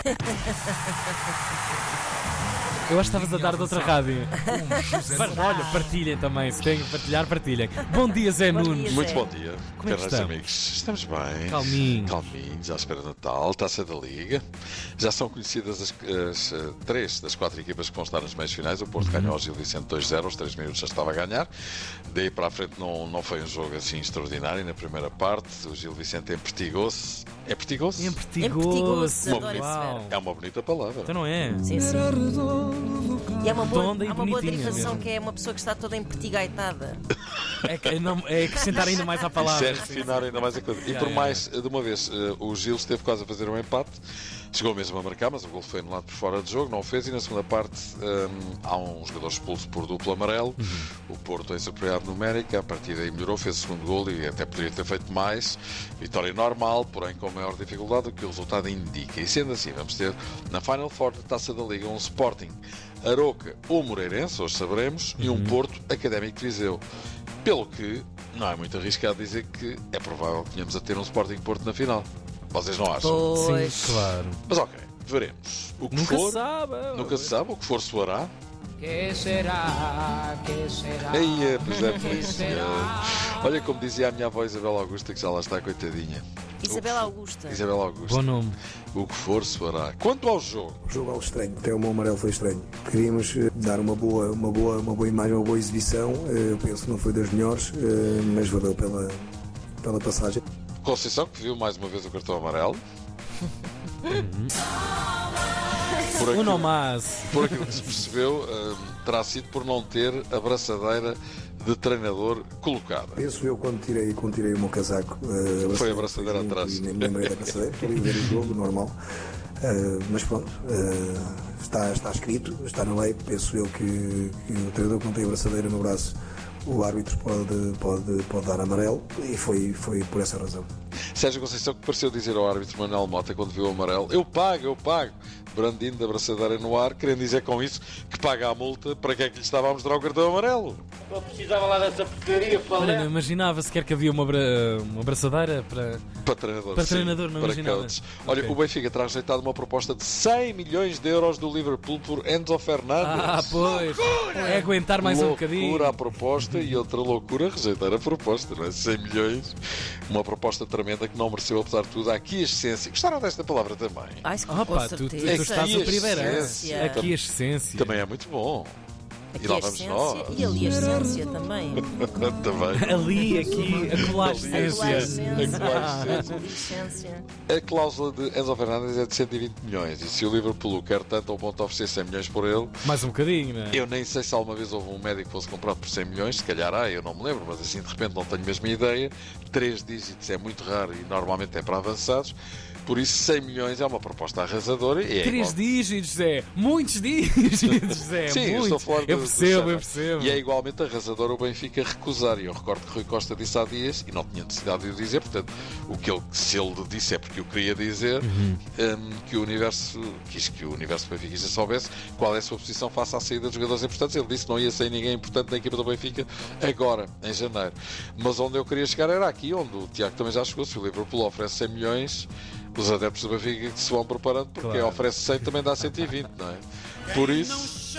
Eu acho que estavas a dar de outra rádio. Olha, partilhem também. Se têm que partilhar, partilhem. Bom dia, Zé Nunes. Muito bom dia, Como é que caros estamos? amigos. Estamos bem. Calminhos. À espera de Natal, Taça da Liga. Já são conhecidas as 3 das 4 equipas que vão estar nas meias finais. O Porto ganhou ao Gil Vicente 2-0, aos 3 minutos já estava a ganhar. Daí para a frente não foi um jogo assim extraordinário. Na primeira parte, o Gil Vicente empertigou-se. É pertigoso? Empertigou-se. Adoro esse verbo. É uma bonita palavra. Então não é? Sim, sim. E há uma boa, Redonda e há uma boa bonitinha derivação mesmo. que é uma pessoa que está toda empertigaitada. É acrescentar ainda mais à Isso palavra. é refinar ainda mais a coisa. E por mais de uma vez, o Gil esteve quase a fazer um empate. Chegou mesmo a marcar, mas o gol foi anulado por fora de jogo, não o fez. E na segunda parte há um jogador expulso por duplo amarelo. O Porto em superioridade numérica. A partir daí melhorou, fez o segundo gol e até poderia ter feito mais. Vitória normal, porém com maior dificuldade do que o resultado indica. E sendo assim, vamos ter na Final Four da Taça da Liga um Sporting Aroca ou Moreirense, hoje saberemos, e um Porto Académico de Viseu. Pelo que não é muito arriscado dizer que é provável que venhamos a ter um Sporting Porto na final. Vocês não acham? Pois. Sim, claro. Mas ok, veremos. O que Nunca for, se sabe. nunca se sabe, o que for soará. Que será? Que será? Aí, pois é, Que pois é. será? Olha como dizia a minha avó Isabela Augusta, que já lá está, coitadinha. Isabela Augusta. Isabela Augusta. Bom nome. O que for soará. Quanto ao jogo, O jogo algo estranho, até o meu amarelo foi estranho. Queríamos dar uma boa imagem, uma boa exibição. Eu penso que não foi das melhores, mas valeu pela passagem. Conceição, que viu mais uma vez o cartão amarelo. Uno mais. Por aquilo que se percebeu, terá sido por não ter a braçadeira de treinador colocada. Penso eu quando tirei o meu casaco. Foi a braçadeira foi junto atrás. E nem me lembrei da braçadeira, estou a ver o jogo, normal. Mas pronto, está escrito, está na lei. Penso eu que o treinador que não tem a braçadeira no braço, o árbitro pode dar amarelo, e foi por essa razão. Sérgio Conceição, que pareceu dizer ao árbitro Manuel Mota quando viu o amarelo: eu pago, brandindo da braçadeira no ar, querendo dizer com isso que paga a multa. Para que é que lhe estava a mostrar o cartão amarelo? Eu precisava lá dessa porcaria, Olha, não imaginava sequer que havia uma braçadeira para... Para treinador, Para sim, treinador, não para imaginava. coach. Olha, Ok. o Benfica terá rejeitado uma proposta de 100 milhões de euros do Liverpool por Enzo Fernandes. Ah, pois. É aguentar mais um bocadinho. Loucura a proposta e outra loucura rejeitar a proposta, não é? 100 milhões, uma proposta tremenda que não mereceu, apesar de tudo, a aquiescência. Gostaram desta palavra também? Ai, com Opa, tu certeza. estás a primeira. Aquiescência. Aqui a essência. Também é muito bom. Aqui E lá a vamos essência nós. e ali a essência também. Também. Ali, aqui, a colar A essência. essência. A cláusula de Enzo Fernandes é de 120 milhões e se o Liverpool o quer tanto ao ponto de oferecer 100 milhões por ele, Mais um bocadinho, não é? eu nem sei se alguma vez houve um médico que fosse comprado por 100 milhões, se calhar eu não me lembro, mas assim de repente não tenho mesmo ideia. 3 dígitos é muito raro e normalmente é para avançados, por isso 100 milhões é uma proposta arrasadora e é 3 igual... dígitos, Zé. Muitos dígitos, Zé. Sim, eu muitos. estou a falar Eu do percebo, Sara. eu percebo. E é igualmente arrasador o Benfica recusar. E eu recordo que Rui Costa disse há dias, e não tinha necessidade de o dizer, portanto, se ele disse é porque eu queria dizer, que o universo, quis que o universo benfiquista soubesse qual é a sua posição face à saída dos jogadores importantes. Ele disse que não ia sair ninguém importante na equipa do Benfica agora, em janeiro. Mas onde eu queria chegar era aqui, onde o Tiago também já chegou. Se o Liverpool oferece 100 milhões, os adeptos do Benfica que se vão preparando, porque Claro. quem oferece 100 também dá 120, não é? Por isso...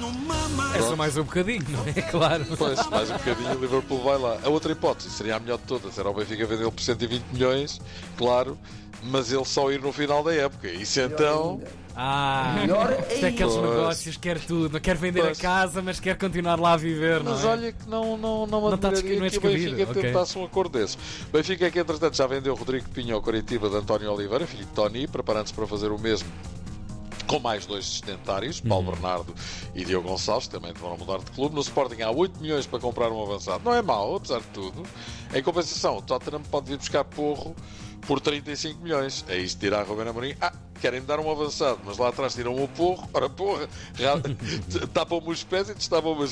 É só mais um bocadinho, não é? Claro. Pois, mais um bocadinho o Liverpool vai lá. A outra hipótese seria a melhor de todas, era o Benfica vendê-lo por 120 milhões, claro, mas ele só ir no final da época. Isso então... Isto é aqueles Pois. negócios, quer tudo. Não quer vender Pois. a casa, mas quer continuar lá a viver, não Mas é? olha que não me está admiraria não é que o descabido. Benfica Ok. tentasse um acordo desse. O Benfica é que, entretanto, já vendeu Rodrigo Pinho ao Coritiba de António Oliveira, filho de Tony, preparando-se para fazer o mesmo com mais 2 sustentários, Paulo Bernardo e Diogo Gonçalves, que também vão mudar de clube. No Sporting há 8 milhões para comprar um avançado. Não é mau, apesar de tudo. Em compensação, o Tottenham pode vir buscar Porro por 35 milhões. É isto tirar a Ruben Amorim. Querem-me dar um avançado, mas lá atrás tiram o Porro. Ora, porra, tapam-me os pés e destapam-me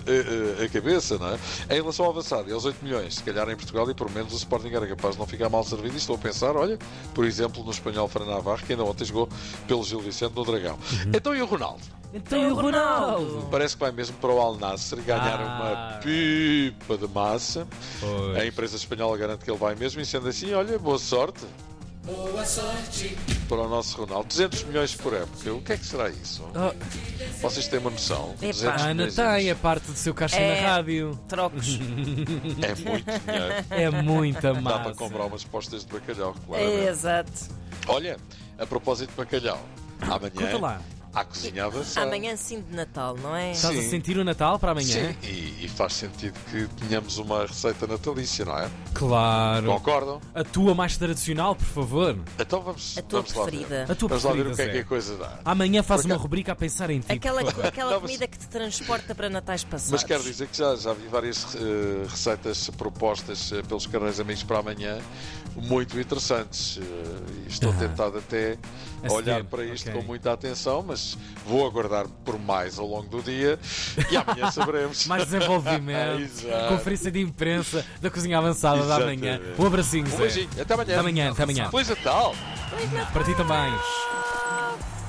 a cabeça, não é? Em relação ao avançado, e aos 8 milhões, se calhar em Portugal, e por menos o Sporting era capaz de não ficar mal servido. E estou a pensar, olha, por exemplo, no espanhol Fran Navarro, que ainda ontem jogou pelo Gil Vicente no Dragão. Então e o Ronaldo? Então e o Ronaldo? Parece que vai mesmo para o Al Nassr ganhar uma pipa de massa. Pois. A empresa espanhola garante que ele vai mesmo, e sendo assim, olha, boa sorte. Boa sorte. para o nosso Ronaldo. 200 milhões por época. O que é que será isso? Oh, Vocês têm uma noção? Epá. 200 a Ana milhões tem, é parte do seu caixa É. na rádio. Trocos. é muito dinheiro. É muita Dá massa. para comprar umas postas de bacalhau, É, claramente. exato. Olha, a propósito de bacalhau, Conta amanhã lá. há cozinha a avançar. Amanhã sim de Natal, não é? Estás a Sim. sentir o Natal para amanhã? Sim, e faz sentido que tenhamos uma receita natalícia, não é? Claro. Concordam? A tua mais tradicional, por favor. Então vamos, A tua vamos lá ver. preferida. A tua Vamos lá ver preferida, o que é Zé. que a coisa dá. Amanhã faz Por uma acaso- rubrica a pensar em ti. Aquela por favor. aquela Não, mas- comida que te transporta para Natais passados. Mas quero dizer que já vi várias receitas propostas pelos canais amigos para amanhã, muito interessantes. E estou tentado até a olhar Aceder, para isto ok. com muita atenção, mas vou aguardar por mais ao longo do dia e amanhã saberemos. Mais desenvolvimento. Exato. Conferência de imprensa da Cozinha Avançada da Exatamente. manhã. Um abracinho, Um Zé. beijinho, até amanhã. Até amanhã, até amanhã. Feliz Natal! Para ti também.